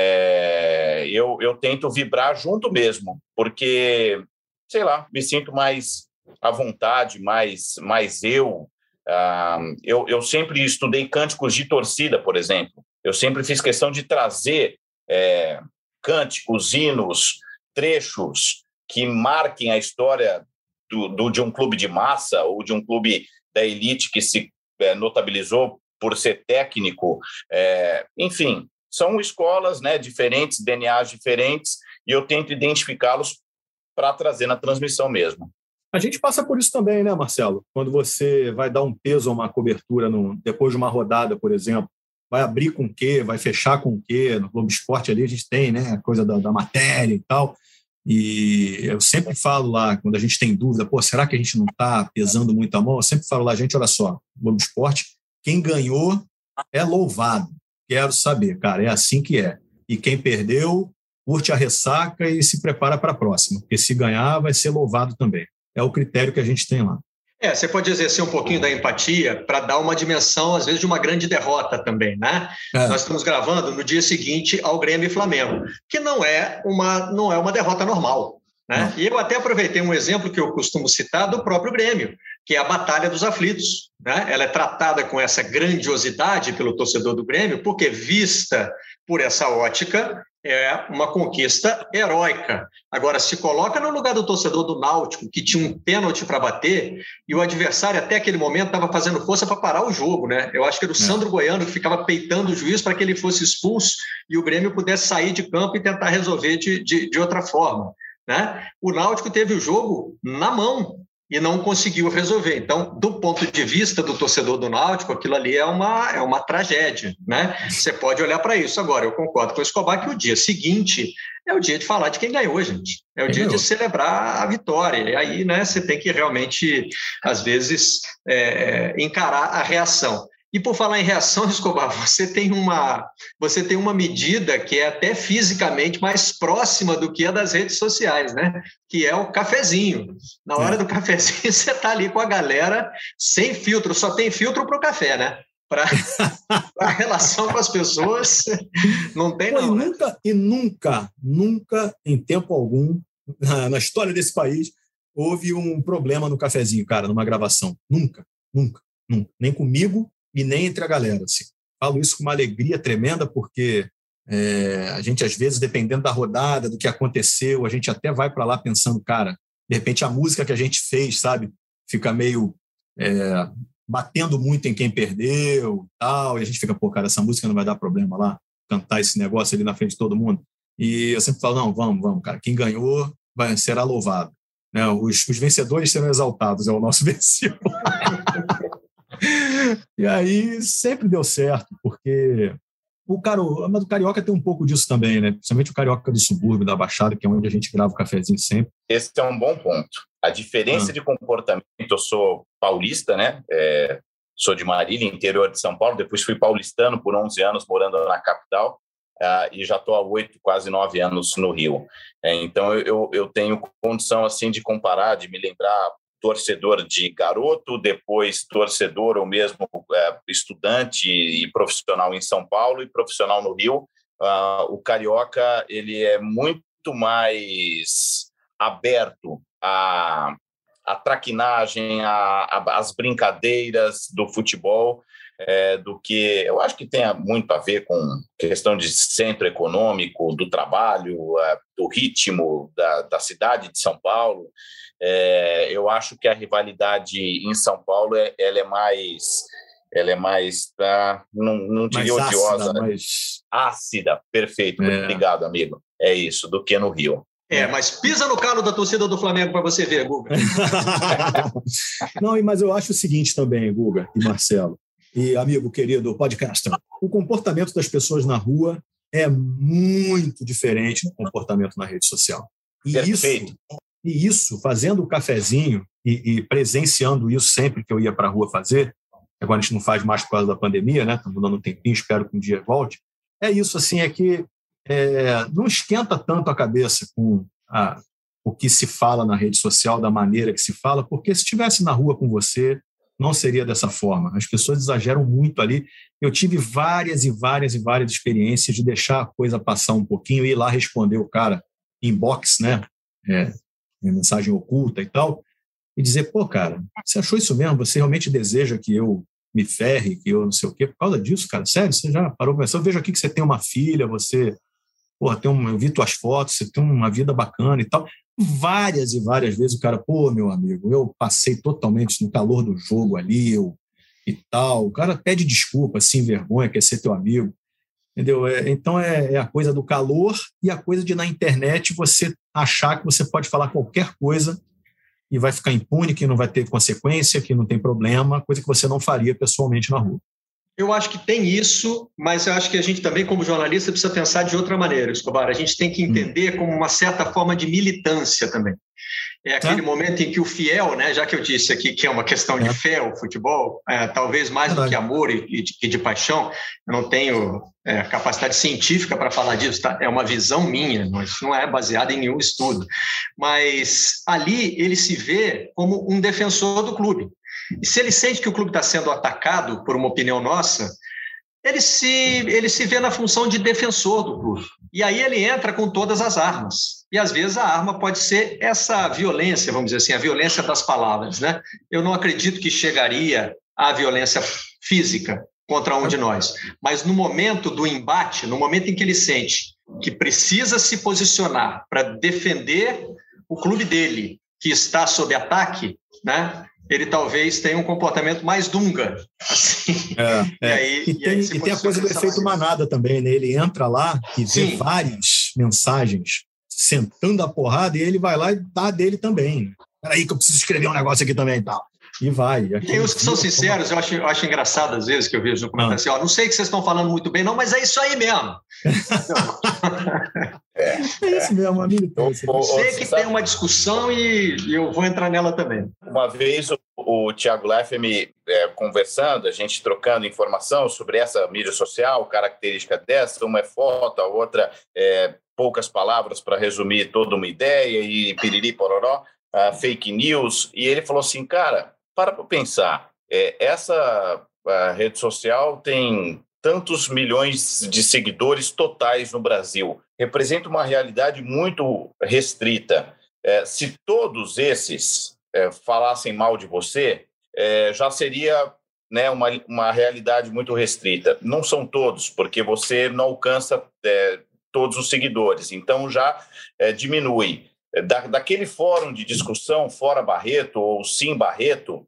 eu tento vibrar junto mesmo, porque, sei lá, me sinto mais à vontade, mais eu. Eu sempre estudei cânticos de torcida, por exemplo. Eu sempre fiz questão de trazer cânticos, hinos, trechos que marquem a história de um clube de massa ou de um clube da elite que se notabilizou por ser técnico. Enfim, são escolas, né, diferentes, DNAs diferentes, e eu tento identificá-los para trazer na transmissão mesmo. A gente passa por isso também, né, Marcelo? Quando você vai dar um peso a uma cobertura depois de uma rodada, por exemplo, vai abrir com o quê, vai fechar com o quê? No Globo Esporte ali a gente tem, né, a coisa da matéria e tal. E eu sempre falo lá, quando a gente tem dúvida, será que a gente não está pesando muito a mão? Eu sempre falo lá, gente, olha só, Globo Esporte, quem ganhou é louvado. Quero saber, cara, é assim que é. E quem perdeu, curte a ressaca e se prepara para a próxima, porque se ganhar, vai ser louvado também. É o critério que a gente tem lá. Você pode exercer um pouquinho da empatia para dar uma dimensão, às vezes, de uma grande derrota também, né? Nós estamos gravando no dia seguinte ao Grêmio e Flamengo, que não é uma derrota normal, né? E eu até aproveitei um exemplo que eu costumo citar do próprio Grêmio, que é a Batalha dos Aflitos, né? Ela é tratada com essa grandiosidade pelo torcedor do Grêmio, porque vista por essa ótica, é uma conquista heróica. Agora, se coloca no lugar do torcedor do Náutico, que tinha um pênalti para bater, e o adversário, até aquele momento, estava fazendo força para parar o jogo, né? Eu acho que era o Sandro Goiano que ficava peitando o juiz para que ele fosse expulso e o Grêmio pudesse sair de campo e tentar resolver de outra forma, né? O Náutico teve o jogo na mão e não conseguiu resolver. Então, do ponto de vista do torcedor do Náutico, aquilo ali é uma tragédia, né? Você pode olhar para isso. Agora, eu concordo com o Escobar que o dia seguinte é o dia de falar de quem ganhou, gente. É o dia de celebrar a vitória. E aí, né, você tem que realmente, às vezes, encarar a reação. E por falar em reação, Escobar, você tem uma medida que é até fisicamente mais próxima do que a das redes sociais, né? Que é o cafezinho. Na hora do cafezinho, você está ali com a galera sem filtro, só tem filtro para o café, né? Para a relação com as pessoas, não tem não. E nunca, em tempo algum, na história desse país, houve um problema no cafezinho, cara, numa gravação. Nunca. Nem comigo, e nem entre a galera. Assim. Falo isso com uma alegria tremenda, porque a gente, às vezes, dependendo da rodada, do que aconteceu, a gente até vai para lá pensando, cara, de repente a música que a gente fez, sabe, fica meio batendo muito em quem perdeu, tal, e a gente fica, pô, cara, essa música não vai dar problema lá, cantar esse negócio ali na frente de todo mundo. E eu sempre falo, não, vamos, cara, quem ganhou será louvado. Né? Os vencedores serão exaltados, é o nosso vencedor. E aí sempre deu certo, porque mas o carioca tem um pouco disso também, né? Principalmente o carioca do subúrbio, da Baixada, que é onde a gente grava o cafezinho sempre. Esse é um bom ponto. A diferença de comportamento, eu sou paulista, né? Sou de Marília, interior de São Paulo, depois fui paulistano por 11 anos, morando na capital, e já estou há 8, quase 9 anos no Rio. Então eu tenho condição assim de comparar, de me lembrar torcedor de garoto, depois torcedor ou mesmo estudante e profissional em São Paulo e profissional no Rio. O carioca ele é muito mais aberto à traquinagem, às brincadeiras do futebol, do que eu acho que tem muito a ver com questão de centro econômico, do trabalho, do ritmo da cidade de São Paulo. Eu acho que a rivalidade em São Paulo ela é mais não diria mais odiosa, ácida, mais ácida, perfeito, obrigado, amigo, é isso, do que no Rio. Mas pisa no calo da torcida do Flamengo para você ver, Guga. Não, mas eu acho o seguinte também, Guga e Marcelo, e amigo querido podcaster, o comportamento das pessoas na rua é muito diferente do comportamento na rede social. E isso, fazendo o cafezinho e presenciando isso sempre que eu ia para a rua fazer, agora a gente não faz mais por causa da pandemia, né? Estamos dando um tempinho, espero que um dia volte. É isso, assim, que não esquenta tanto a cabeça com o que se fala na rede social, da maneira que se fala, porque se estivesse na rua com você, não seria dessa forma. As pessoas exageram muito ali. Eu tive várias experiências de deixar a coisa passar um pouquinho e ir lá responder o cara inbox, né? Mensagem oculta e tal, e dizer, pô, cara, você achou isso mesmo? Você realmente deseja que eu me ferre, que eu não sei o quê, por causa disso, cara? Sério? Você já parou para pensar? Eu vejo aqui que você tem uma filha, você, porra, eu vi tuas fotos, você tem uma vida bacana e tal. Várias vezes o cara, pô, meu amigo, eu passei totalmente no calor do jogo ali, e tal. O cara pede desculpa, sem vergonha, quer ser teu amigo. Entendeu? Então é a coisa do calor e a coisa de na internet você achar que você pode falar qualquer coisa e vai ficar impune, que não vai ter consequência, que não tem problema, coisa que você não faria pessoalmente na rua. Eu acho que tem isso, mas eu acho que a gente também, como jornalista, precisa pensar de outra maneira, Escobar. A gente tem que entender como uma certa forma de militância também. É aquele momento em que o fiel, né, já que eu disse aqui que é uma questão de fé, o futebol, talvez mais do que amor e de paixão, eu não tenho capacidade científica para falar disso, tá? É uma visão minha, isso não é baseado em nenhum estudo. Mas ali ele se vê como um defensor do clube. E se ele sente que o clube está sendo atacado por uma opinião nossa, ele se vê na função de defensor do clube. E aí ele entra com todas as armas. E, às vezes, a arma pode ser essa violência, vamos dizer assim, a violência das palavras, né? Eu não acredito que chegaria à violência física contra um de nós. Mas no momento do embate, no momento em que ele sente que precisa se posicionar para defender o clube dele, que está sob ataque, né? Ele talvez tenha um comportamento mais dunga. Assim. E tem a coisa do efeito manada também, né? Ele entra lá e vê várias mensagens sentando a porrada e ele vai lá e dá dele também. peraí que eu preciso escrever um negócio aqui também e tal. E vai. Tem uns que são sinceros, eu acho engraçado às vezes que eu vejo no comentário assim, não sei que vocês estão falando muito bem, não, mas é isso aí mesmo. É isso mesmo, amigo. Sei que tem uma discussão e eu vou entrar nela também. Uma vez o Thiago Leifert conversando, a gente trocando informação sobre essa mídia social, característica dessa, uma é foto, a outra é poucas palavras para resumir toda uma ideia e piriri pororó, fake news, e ele falou assim, cara, para pensar, essa rede social tem tantos milhões de seguidores totais no Brasil, representa uma realidade muito restrita. Se todos esses falassem mal de você, já seria, né, uma realidade muito restrita. Não são todos, porque você não alcança todos os seguidores, então já diminui. Daquele fórum de discussão, Fora Barreto ou Sim Barreto,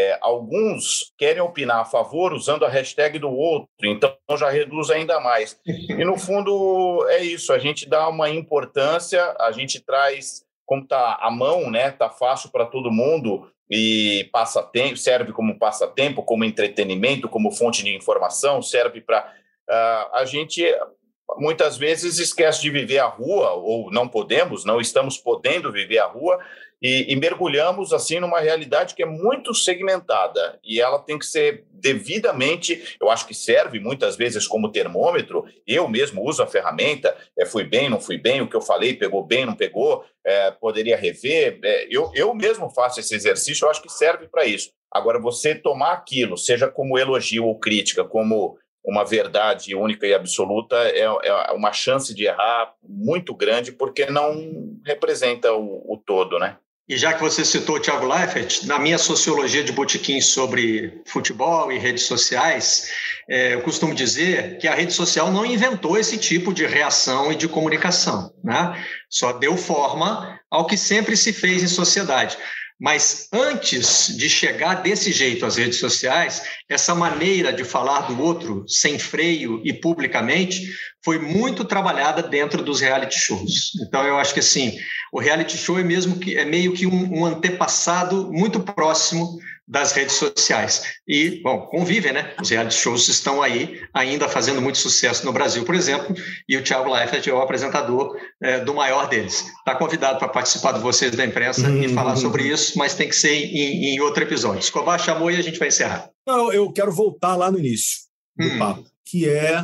alguns querem opinar a favor usando a hashtag do outro, então já reduz ainda mais. E, no fundo, é isso, a gente dá uma importância, a gente traz, como está à mão, né, está fácil para todo mundo, e passatempo, serve como passatempo, como entretenimento, como fonte de informação, serve para... a gente... muitas vezes esquece de viver a rua, ou não estamos podendo viver a rua, e mergulhamos assim numa realidade que é muito segmentada, e ela tem que ser devidamente, eu acho que serve muitas vezes como termômetro, eu mesmo uso a ferramenta, fui bem, não fui bem, o que eu falei pegou bem, não pegou, poderia rever, eu mesmo faço esse exercício, eu acho que serve para isso. Agora, você tomar aquilo, seja como elogio ou crítica, como uma verdade única e absoluta, é uma chance de errar muito grande, porque não representa o todo, né? E já que você citou o Thiago Leifert, na minha sociologia de botequim sobre futebol e redes sociais, eu costumo dizer que a rede social não inventou esse tipo de reação e de comunicação, né? Só deu forma ao que sempre se fez em sociedade. Mas antes de chegar desse jeito às redes sociais, essa maneira de falar do outro sem freio e publicamente foi muito trabalhada dentro dos reality shows. Então, eu acho que assim, o reality show é meio que um antepassado muito próximo das redes sociais. E, bom, convivem, né? Os reality shows estão aí ainda fazendo muito sucesso no Brasil, por exemplo, e o Thiago Leifert é o apresentador do maior deles. Está convidado para participar de vocês da imprensa e falar sobre isso, mas tem que ser em outro episódio. Escobar chamou e a gente vai encerrar. Não, eu quero voltar lá no início do papo, que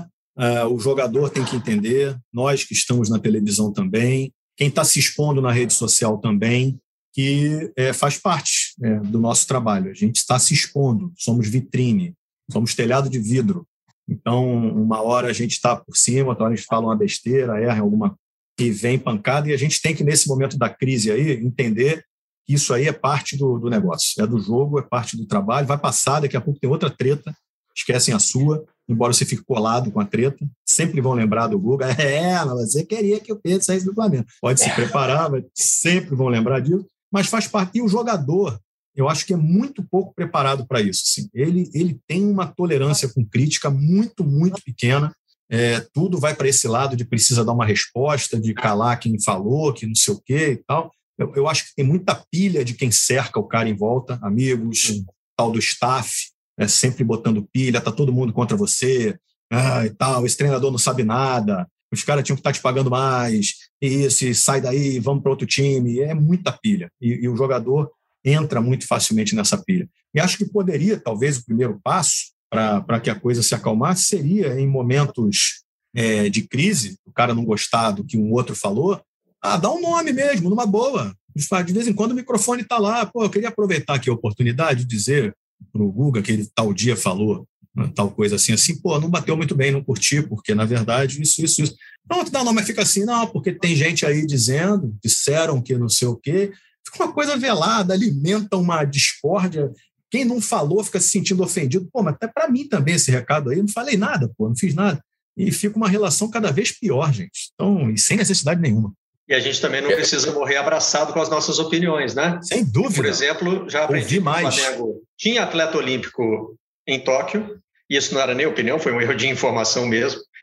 o jogador tem que entender, nós que estamos na televisão também, quem está se expondo na rede social também, que faz parte do nosso trabalho. A gente está se expondo, somos vitrine, somos telhado de vidro. Então, uma hora a gente está por cima, outra hora a gente fala uma besteira, erra alguma e vem pancada, e a gente tem que, nesse momento da crise aí, entender que isso aí é parte do negócio, é do jogo, é parte do trabalho, vai passar, daqui a pouco tem outra treta, esquecem a sua, embora você fique colado com a treta, sempre vão lembrar do Guga, mas você queria que o Pedro saísse do Flamengo. Pode se preparar, mas sempre vão lembrar disso. Mas faz parte. E o jogador, eu acho que é muito pouco preparado para isso. Assim. Ele tem uma tolerância com crítica muito, muito pequena. Tudo vai para esse lado de precisa dar uma resposta, de calar quem falou, que não sei o quê e tal. Eu acho que tem muita pilha de quem cerca o cara em volta, amigos, tal do staff, sempre botando pilha, tá todo mundo contra você, e tal, esse treinador não sabe nada, os caras tinham que estar te pagando mais, e sai daí, vamos para outro time, é muita pilha, e o jogador entra muito facilmente nessa pilha. E acho que poderia, talvez, o primeiro passo para que a coisa se acalmasse seria em momentos de crise, o cara não gostar do que um outro falou, dá um nome mesmo, numa boa. De vez em quando o microfone está lá, eu queria aproveitar aqui a oportunidade de dizer para o Guga que ele tal dia falou tal coisa assim, não bateu muito bem, não curti, porque, na verdade, isso. Pronto, não, mas fica assim, não, porque tem gente aí disseram que não sei o quê. Fica uma coisa velada, alimenta uma discórdia. Quem não falou fica se sentindo ofendido. Mas até para mim também esse recado aí, eu não falei nada, não fiz nada. E fica uma relação cada vez pior, gente. Então, e sem necessidade nenhuma. E a gente também não precisa morrer abraçado com as nossas opiniões, né? Sem dúvida. Por exemplo, já aprendi que o Flamengo tinha atleta olímpico em Tóquio, e isso não era nem opinião, foi um erro de informação mesmo.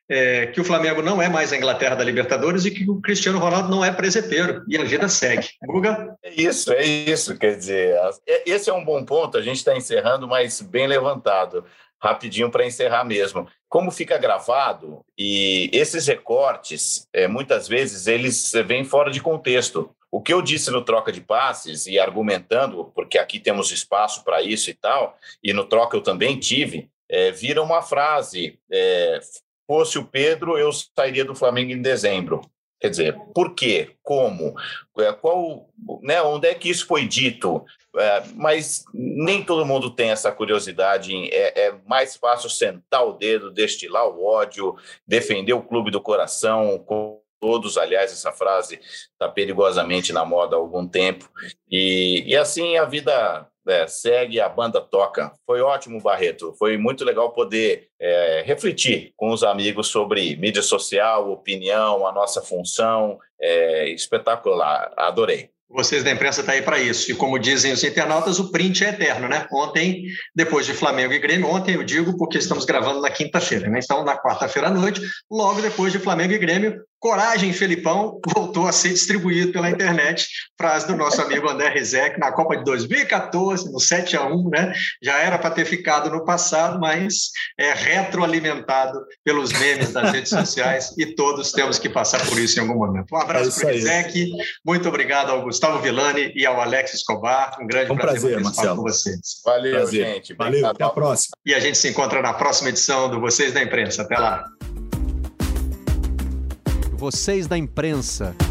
que o Flamengo não é mais a Inglaterra da Libertadores e que o Cristiano Ronaldo não é presepeiro, e a vida segue. Guga? É isso, quer dizer, esse é um bom ponto, a gente está encerrando, mas bem levantado, rapidinho para encerrar mesmo. Como fica gravado, e esses recortes, muitas vezes, eles vêm fora de contexto. O que eu disse no Troca de Passes, e argumentando, porque aqui temos espaço para isso e tal, e no Troca eu também tive, vira uma frase, fosse o Pedro, eu sairia do Flamengo em dezembro. Quer dizer, por quê? Como? Qual, né, onde é que isso foi dito? Mas nem todo mundo tem essa curiosidade. É mais fácil sentar o dedo, destilar o ódio, defender o clube do coração. Todos, aliás, essa frase está perigosamente na moda há algum tempo. E assim a vida segue, a banda toca. Foi ótimo, Barreto. Foi muito legal poder refletir com os amigos sobre mídia social, opinião, a nossa função. Espetacular, adorei. Vocês da imprensa estão aí para isso. E como dizem os internautas, o print é eterno, né? Ontem, depois de Flamengo e Grêmio, ontem eu digo porque estamos gravando na quinta-feira, né? Então, na quarta-feira à noite, logo depois de Flamengo e Grêmio, Coragem, Felipão, voltou a ser distribuído pela internet. Frase do nosso amigo André Rizek, na Copa de 2014, no 7-1, né? Já era para ter ficado no passado, mas é retroalimentado pelos memes das redes sociais e todos temos que passar por isso em algum momento. Um abraço para o Rizek, muito obrigado ao Gustavo Villani e ao Alex Escobar. Um grande prazer Marcelo, com vocês. Valeu, gente. Valeu, até a próxima. E a gente se encontra na próxima edição do Vocês da Imprensa. Até lá. Vocês da Imprensa.